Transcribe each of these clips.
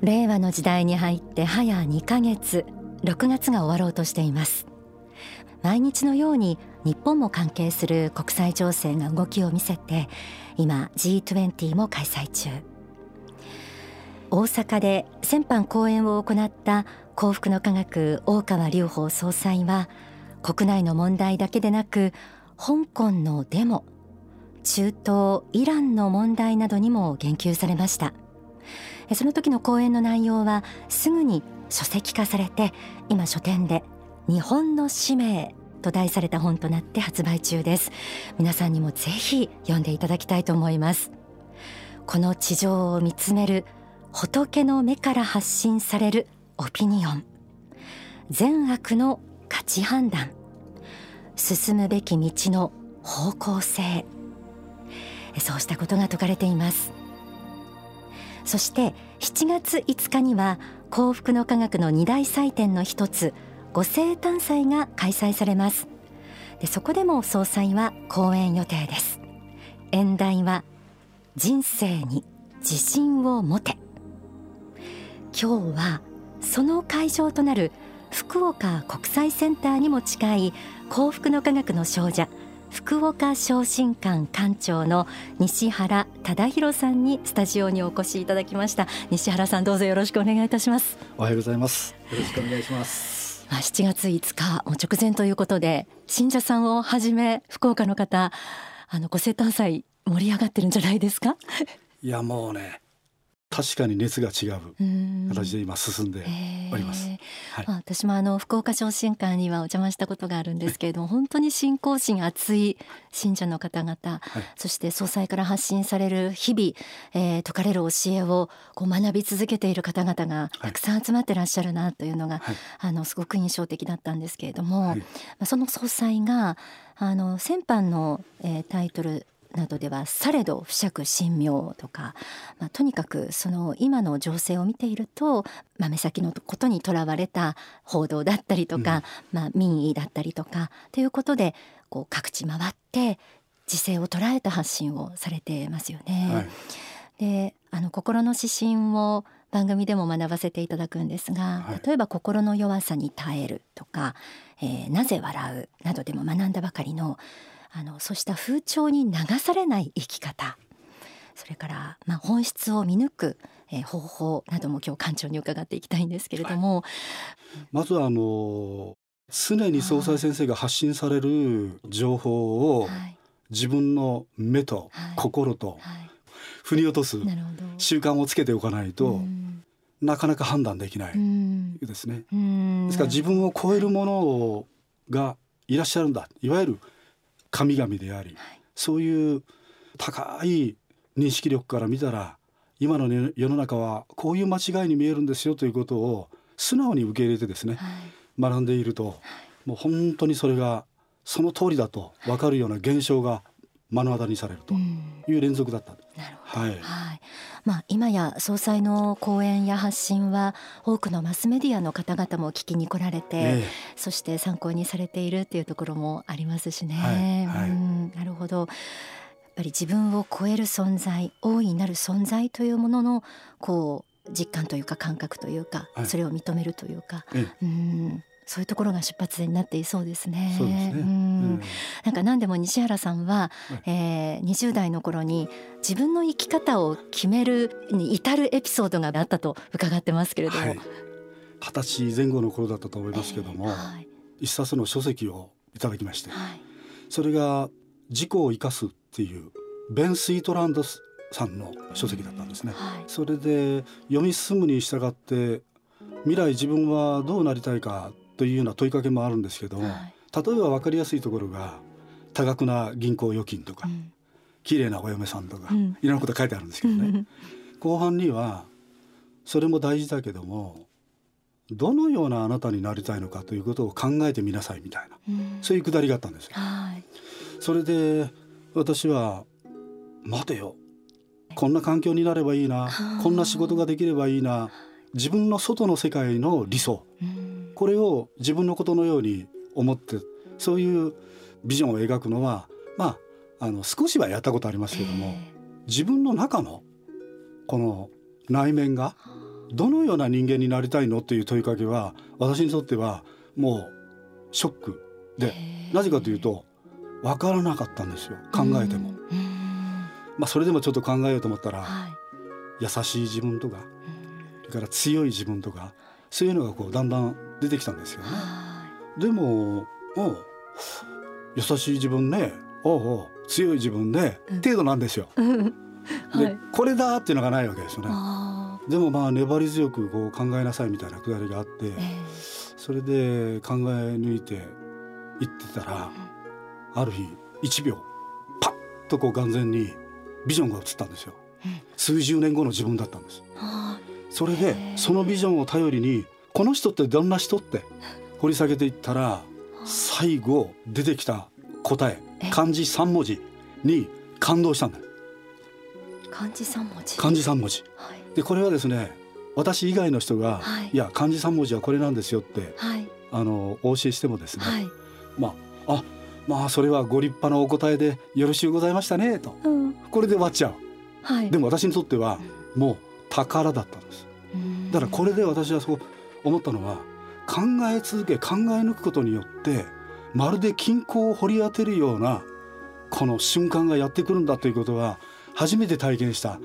令和の時代に入って早2ヶ月、6月が終わろうとしています。毎日のように日本も関係する国際情勢が動きを見せて、今 G20 も開催中。大阪で先般講演を行った幸福の科学大川隆法総裁は、国内の問題だけでなく香港のデモ、中東イランの問題などにも言及されました。その時の講演の内容はすぐに書籍化されて、今書店で日本の使命と題された本となって発売中です。皆さんにもぜひ読んでいただきたいと思います。この地上を見つめる仏の目から発信されるオピニオン、善悪の価値判断、進むべき道の方向性、そうしたことが説かれています。そして7月5日には幸福の科学の2大祭典の一つ、ご生誕祭が開催されます。でそこでも総裁は講演予定です。演題は人生に自信を持て。今日はその会場となる福岡国際センターにも近い幸福の科学の少女、福岡昇進館館長の西原忠宏さんにスタジオにお越しいただきました。西原さん、どうぞよろしくお願いいたします。 おはようございます。よろしくお願いします。 7月5日もう直前ということで、信者さんをはじめ福岡の方、ご生誕祭盛り上がってるんじゃないですか？ いやもうね、確かに熱が違う形で今進んでおります。 私も福岡昇進館にはお邪魔したことがあるんですけれども、本当に信仰心熱い信者の方々、そして総裁から発信される日々、説かれる教えを学び続けている方々がたくさん集まってらっしゃるなというのが、すごく印象的だったんですけれども、その総裁が先般の、タイトルなどではされど不釈神妙とか、とにかくその今の情勢を見ていると、目先のことにとらわれた報道だったりとか、民意だったりとかということで各地回って時勢を捉えた発信をされてますよね。で心の指針を番組でも学ばせていただくんですが、例えば心の弱さに耐えるとか、なぜ笑うなどでも学んだばかりのそうした風潮に流されない生き方、それから、本質を見抜く、方法なども今日館長に伺っていきたいんですけれども、 まずは常に総裁先生が発信される情報を自分の目と心と腑に落とす習慣をつけておかないと、なかなか判断できないですね。ですから自分を超えるものがいらっしゃるんだ、いわゆる神々であり、そういう高い認識力から見たら今の、世の中はこういう間違いに見えるんですよということを素直に受け入れてですね、学んでいると、もう本当にそれがその通りだと分かるような現象が目の当たりにされるという連続だった。 なるほど。今や総裁の講演や発信は多くのマスメディアの方々も聞きに来られて、そして参考にされているっていうところもありますしね。なるほど。やっぱり自分を超える存在、大いなる存在というものの実感というか感覚というか、それを認めるというか、そういうところが出発点になっていそうですね。 そうですね。 なんか何でも西原さんは、20代の頃に自分の生き方を決めるに至るエピソードがあったと伺ってますけれども、 20歳前後の頃だったと思いますけども、一冊の書籍をいただきまして、それが自己を生かすっていうベン・スイートランドさんの書籍だったんですね。それで読み進むに従って未来自分はどうなりたいかというような問いかけもあるんですけども、例えば分かりやすいところが多額な銀行預金とか、綺麗なお嫁さんとか、いろんなこと書いてあるんですけどね、後半にはそれも大事だけども、どのようなあなたになりたいのかということを考えてみなさいみたいな、そういうくだりがあったんですよ。それで私は待てよ、こんな環境になればいいな、こんな仕事ができればいいな、自分の外の世界の理想、これを自分のことのように思って、そういうビジョンを描くのは、少しはやったことありますけども、自分の中のこの内面がどのような人間になりたいのっていう問いかけは私にとってはもうショックで、なぜかというと分からなかったんですよ、考えても。それでもちょっと考えようと思ったら、優しい自分とか、それから強い自分とか、そういうのがこうだんだん出てきたんですよね。でも優しい自分ね、強い自分ね、程度なんですよ。でこれだっていうのがないわけですよね。でも粘り強くこう考えなさいみたいなくだりがあって、それで考え抜いていってたら、ある日1秒パッとこう眼前にビジョンが映ったんですよ。数十年後の自分だったんです。それでそのビジョンを頼りに、この人ってどんな人って掘り下げていったら、最後出てきた答え、漢字3文字に感動したんだ。 漢字3文字。 漢字3文字、でこれはですね、私以外の人が、いや漢字3文字はこれなんですよって、お教えしてもですね、それはご立派なお答えでよろしゅうございましたねと、これで終わっちゃう。でも私にとってはもう宝だったんです。だからこれで私はそう思ったのは、考え続け考え抜くことによって、まるで金庫を掘り当てるようなこの瞬間がやってくるんだということは初めて体験した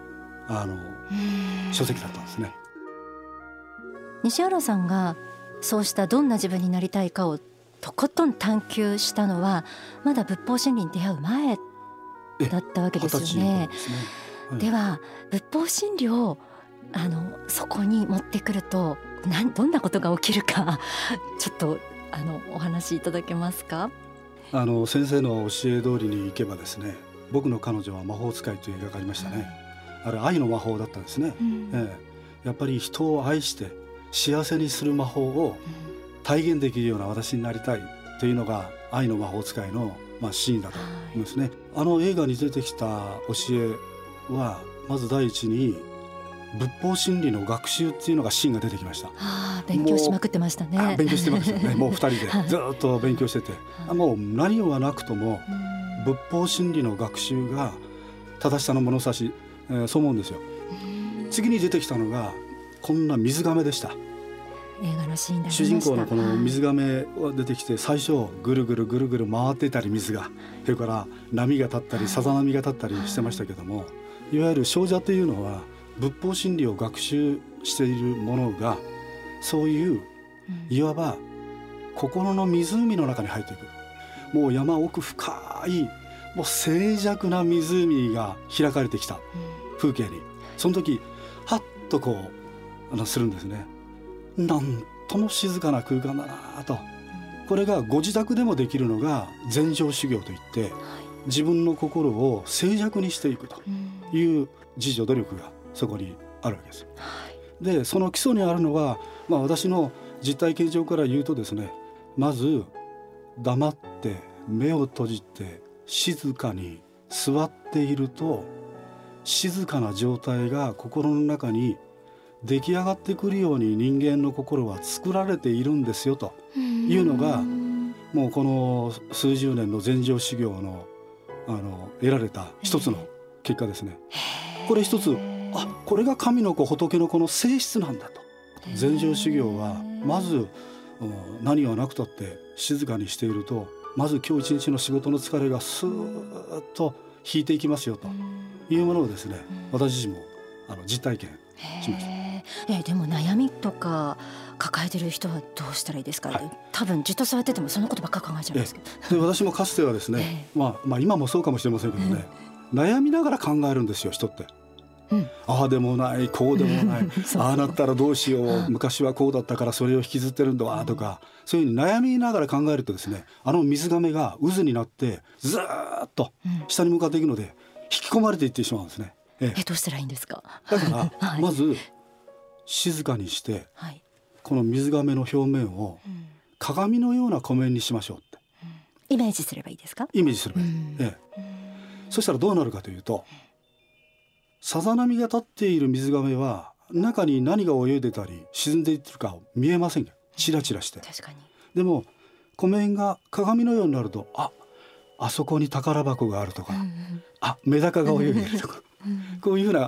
書籍だったんですね。 西原さんがそうしたどんな自分になりたいかをとことん探求したのは、まだ仏法真理に出会う前だったわけですよね。では仏法真理をそこに持ってくるとどんなことが起きるかちょっとお話しいただけますか。 先生の教え通りに行けばですね、僕の彼女は魔法使いという映画がありましたね。あれ愛の魔法だったんですね。やっぱり人を愛して幸せにする魔法を体現できるような私になりたいというのが愛の魔法使いのシーンだと思いますね。映画に出てきた教えは、まず第一に仏法真理の学習っていうのがシーンが出てきました。 勉強しまくってましたね。 勉強してましたね。もう2人でずっと勉強してて、もう何はなくとも仏法真理の学習が正しさの物差し、そう思うんですよ。次に出てきたのがこんな水亀でした。 映画のシーンでありました。 主人公のこの水亀が出てきて、最初ぐるぐるぐるぐる回っていたり、水がそれから波が立ったりさざ波が立ったりしてましたけども、いわゆる生者というのは仏法真理を学習しているものが、そういういわば心の湖の中に入っていく。もう山奥深い、もう静寂な湖が開かれてきた風景に、その時はっとこうするんですね。なんとも静かな空間だなと。これがご自宅でもできるのが禅定修行といって、自分の心を静寂にしていくという自助努力がそこにあるわけです。でその基礎にあるのは、私の実体験上から言うとですね、まず黙って目を閉じて静かに座っていると、静かな状態が心の中に出来上がってくるように人間の心は作られているんですよというのが、もうこの数十年の禅定修行の得られた一つの結果ですね。これ一つ、これが神の子仏の子の性質なんだと。禅定修行はまず何はなくたって静かにしていると、まず今日一日の仕事の疲れがスーッと引いていきますよというものをですね、私自身も実体験しました。 でも悩みとか抱えてる人はどうしたらいいですか。多分じっと座っててもそのことばっか考えちゃうんですけど、 で私もかつてはですね、今もそうかもしれませんけどね、悩みながら考えるんですよ、人って。ああでもないこうでもないああなったらどうしよう、昔はこうだったからそれを引きずってるんだわとか、そういうふうに悩みながら考えるとですね、水亀が渦になってずーっと下に向かっていくので引き込まれていってしまうんですね。 どうしたらいいんですか。 だからまず静かにして、この水亀の表面を鏡のような湖面にしましょうって、 イメージすればいいですか。 イメージすればいい、そしたらどうなるかというと、さざ波が立っている水亀は中に何が泳いでたり沈んでいってるか見えませんか、チラチラして。 確かに。 でも湖面が鏡のようになると、あそこに宝箱があるとか、メダカが泳いでいるとかこういうふうな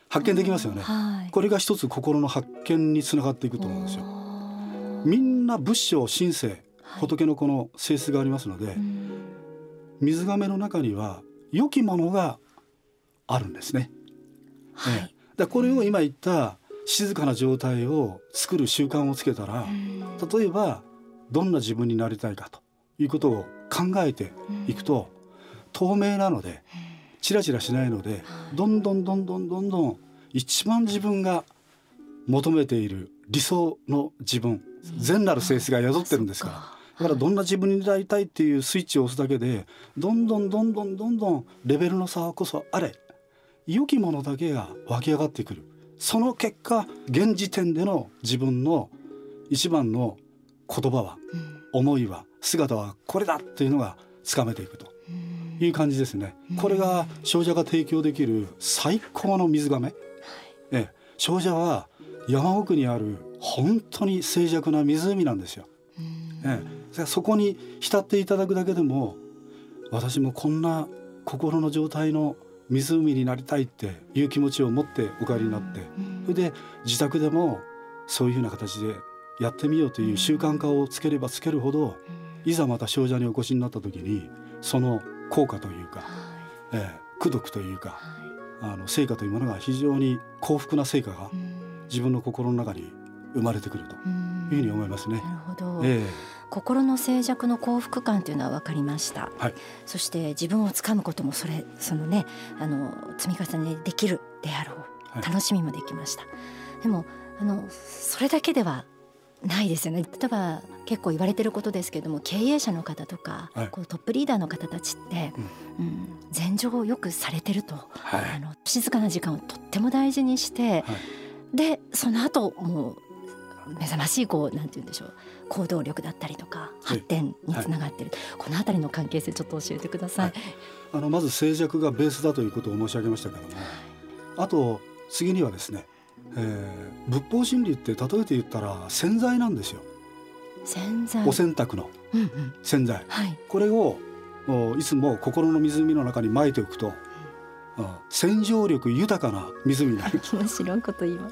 発見できますよね、これが一つ心の発見につながっていくと思うんですよ。みんな仏性神性仏のこの性質がありますので、水亀の中には良きものがあるんですね、だこれを今言った静かな状態を作る習慣をつけたら、例えばどんな自分になりたいかということを考えていくと、透明なのでチラチラしないので、どんどん一番自分が求めている理想の自分、善なる性質が宿ってるんですから、だからどんな自分になりたいっていうスイッチを押すだけで、どんどんレベルの差こそあれ、良きものだけが湧き上がってくる。その結果、現時点での自分の一番の言葉は、思いは、姿はこれだっていうのがつかめていくという感じですね。これが精舎が提供できる最高の水亀、精舎は山奥にある本当に静寂な湖なんですよ。そこに浸っていただくだけでも、私もこんな心の状態の湖になりたいっていう気持ちを持ってお帰りになって、それで自宅でもそういうふうな形でやってみようという習慣化をつければつけるほど、いざまた精舎にお越しになった時にその効果というか、功徳というか、成果というものが非常に幸福な成果が自分の心の中に生まれてくるというふうに思いますね。 なるほど、心の静寂の幸福感というのは分かりました、そして自分をつかむこともそのね、積み重ねできるであろう、楽しみもできました。でもそれだけではないですよね。例えば結構言われてることですけども、経営者の方とか、こうトップリーダーの方たちって、禅情をよくされてると、静かな時間をとっても大事にして、でその後もう目覚ましいなんて言うんでしょう、行動力だったりとか発展につながっている、このあたりの関係性ちょっと教えてください。 まず静寂がベースだということを申し上げましたけども、あと次にはですね、仏法真理って例えて言ったら洗剤なんですよ。 洗剤、 お洗濯の洗剤、これをいつも心の湖の中に撒いておくと、洗浄力豊かな湖になる。 面白いこと言います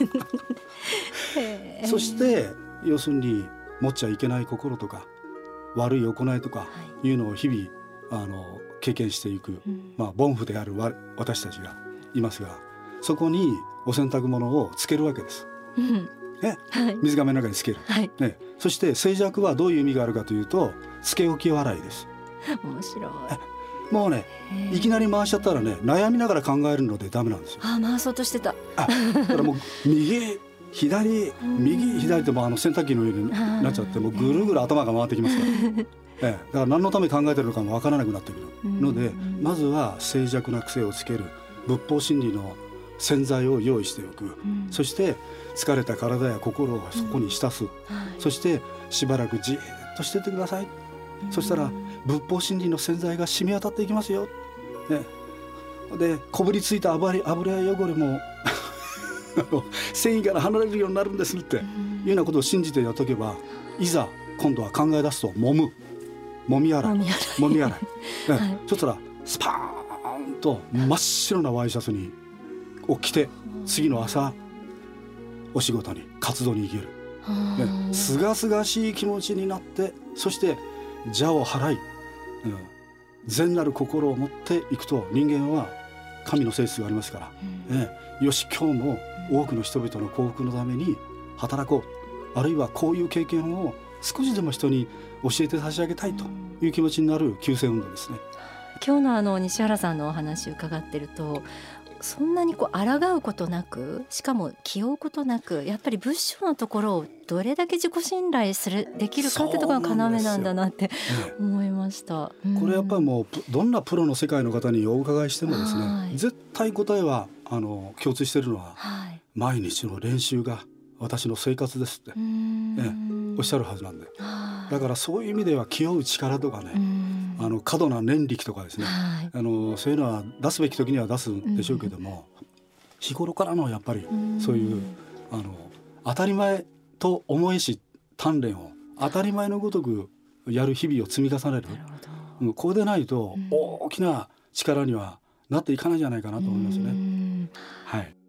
ねそして要するに持っちゃいけない心とか悪い行いとかいうのを日々経験していく、凡夫である私たちがいますが、そこにお洗濯物をつけるわけです、水亀の中につける、そして静寂はどういう意味があるかというと、つけ置き笑いです。 面白い。 もうね、いきなり回しちゃったらね、悩みながら考えるのでダメなんですよ。 回そうとしてた。 だからもう右左右左っても洗濯機の上になっちゃって、もうぐるぐる頭が回ってきますからだから何のために考えてるのかもわからなくなってくるので、まずは静寂な癖をつける仏法真理の洗剤を用意しておく、そして疲れた体や心をそこに浸す、そしてしばらくじーっとしててください。そしたら仏法真理の洗剤が染み渡っていきますよ、でこぶりついた油汚れも繊維から離れるようになるんですっていうようなことを信じてやっとけば、いざ今度は考え出すともみ洗い、そしたらスパーンと真っ白なワイシャツにを着て、次の朝お仕事に活動に行ける、すがすがしい気持ちになって、そして邪を払い、善なる心を持っていくと、人間は神の性質がありますから、よし今日も多くの人々の幸福のために働こう、あるいはこういう経験を少しでも人に教えて差し上げたいという気持ちになる救世運動ですね。 今日の西原さんのお話を伺ってると、そんなに抗うことなく、しかも気負うことなく、やっぱり仏性のところをどれだけ自己信頼できるかってところが要なんだなって思いました。 これやっぱりもうどんなプロの世界の方にお伺いしてもですね、絶対答えは共通しているのは、毎日の練習が私の生活ですって、おっしゃるはずなんで、だからそういう意味では気負う力とかね、過度な念力とかですね、そういうのは出すべき時には出すんでしょうけども、日頃からのやっぱりそういう当たり前と思えし鍛錬を当たり前のごとくやる日々を積み重ねる、これでないと大きな力にはなっていかないんじゃないかなと思いますね。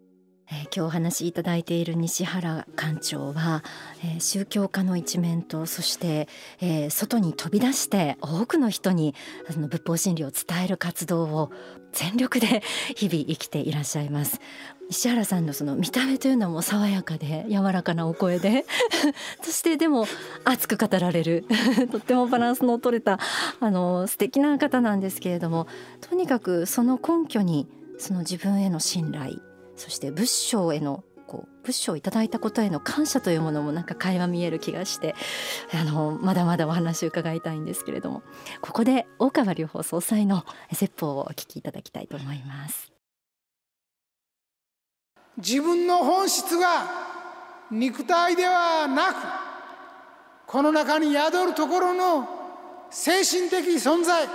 今日お話しいただいている西原館長は、宗教家の一面と、そして、外に飛び出して多くの人に仏法真理を伝える活動を全力で日々生きていらっしゃいます。西原さんのその見た目というのも爽やかで柔らかなお声でそしてでも熱く語られるとってもバランスの取れた素敵な方なんですけれども、とにかくその根拠にその自分への信頼、そして仏性への仏性をいただいたことへの感謝というものもなんか垣間見える気がして、まだまだお話を伺いたいんですけれども、ここで大川隆法総裁の説法をお聞きいただきたいと思います。 自分の本質が肉体ではなく、この中に宿るところの精神的存在、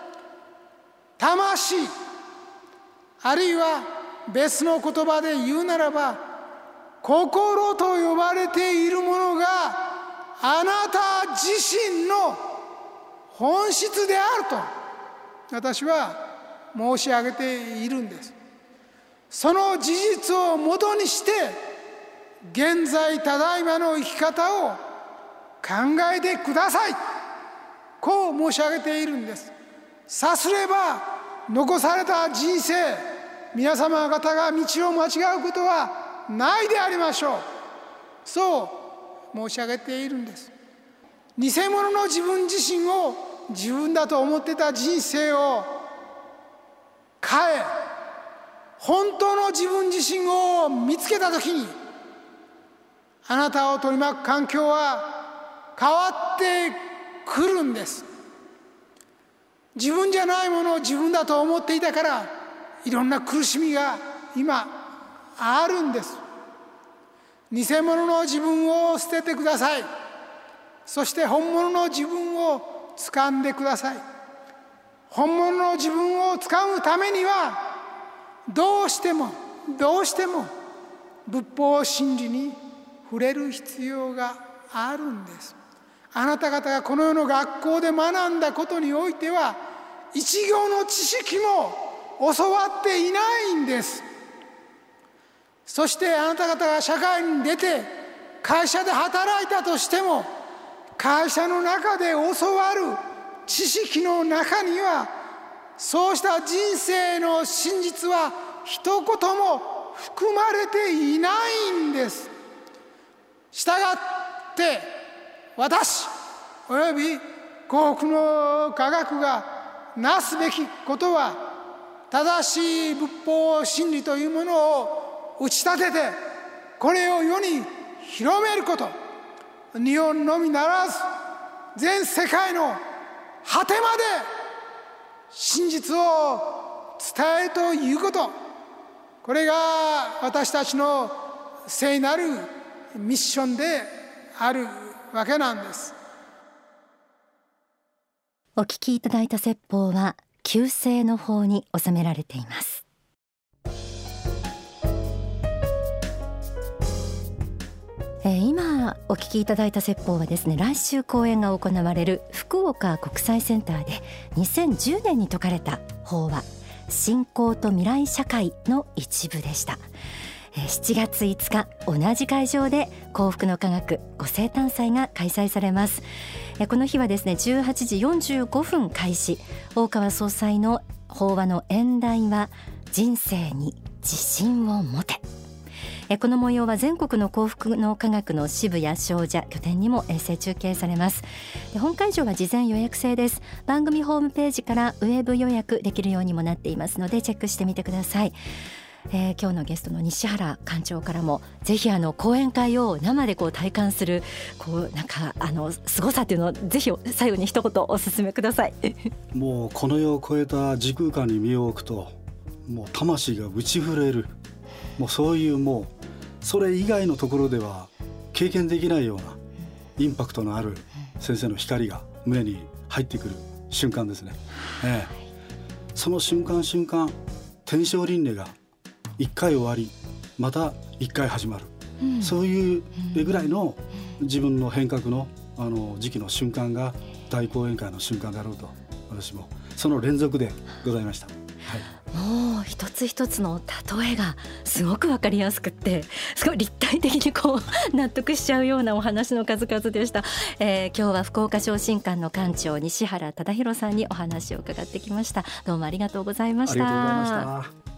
魂、あるいは別の言葉で言うならば心と呼ばれているものがあなた自身の本質であると私は申し上げているんです。その事実をもとにして現在ただいまの生き方を考えてください、こう申し上げているんです。さすれば残された人生、皆様方が道を間違うことはないでありましょう。そう申し上げているんです。偽物の自分自身を自分だと思ってた人生を変え、本当の自分自身を見つけたときに、あなたを取り巻く環境は変わってくるんです。自分じゃないものを自分だと思っていたからいろんな苦しみが今あるんです。偽物の自分を捨ててください。そして本物の自分を掴んでください。本物の自分を掴むためにはどうしても仏法真理に触れる必要があるんです。あなた方がこの世の学校で学んだことにおいては一行の知識も教わっていないんです。そしてあなた方が社会に出て会社で働いたとしても、会社の中で教わる知識の中にはそうした人生の真実は一言も含まれていないんです。したがって私および幸福の科学がなすべきことは、正しい仏法真理というものを打ち立ててこれを世に広めること、日本のみならず全世界の果てまで真実を伝えるということ、これが私たちの聖なるミッションであるわけなんです。 お聞きいただいた説法は旧世の法に収められています。今お聞きいただいた説法はですね、来週講演が行われる福岡国際センターで2010年に説かれた法話、信仰と未来社会の一部でした。7月5日同じ会場で幸福の科学ご生誕祭が開催されます。この日はですね18時45分開始。大川総裁の法話の演題は人生に自信を持て。この模様は全国の幸福の科学の支部や商社拠点にも衛星中継されます。本会場は事前予約制です。番組ホームページからウェブ予約できるようにもなっていますのでチェックしてみてください。今日のゲストの西原館長からもぜひ講演会を生で体感するなんか凄さというのをぜひ最後に一言お勧めください。 もうこの世を超えた時空間に身を置くともう魂が打ち震える、もうそういうもうそれ以外のところでは経験できないようなインパクトのある先生の光が胸に入ってくる瞬間ですね。その瞬間天正輪廻が一回終わりまた一回始まる、そういうぐらいの自分の変革の時期の瞬間が大講演会の瞬間だろうと私もその連続でございました。 もうもう一つ一つの例えがすごく分かりやすくってすごい立体的にこう納得しちゃうようなお話の数々でした。今日は福岡昇進館の館長西原忠宏さんにお話を伺ってきました。どうもありがとうございました。 ありがとうございました。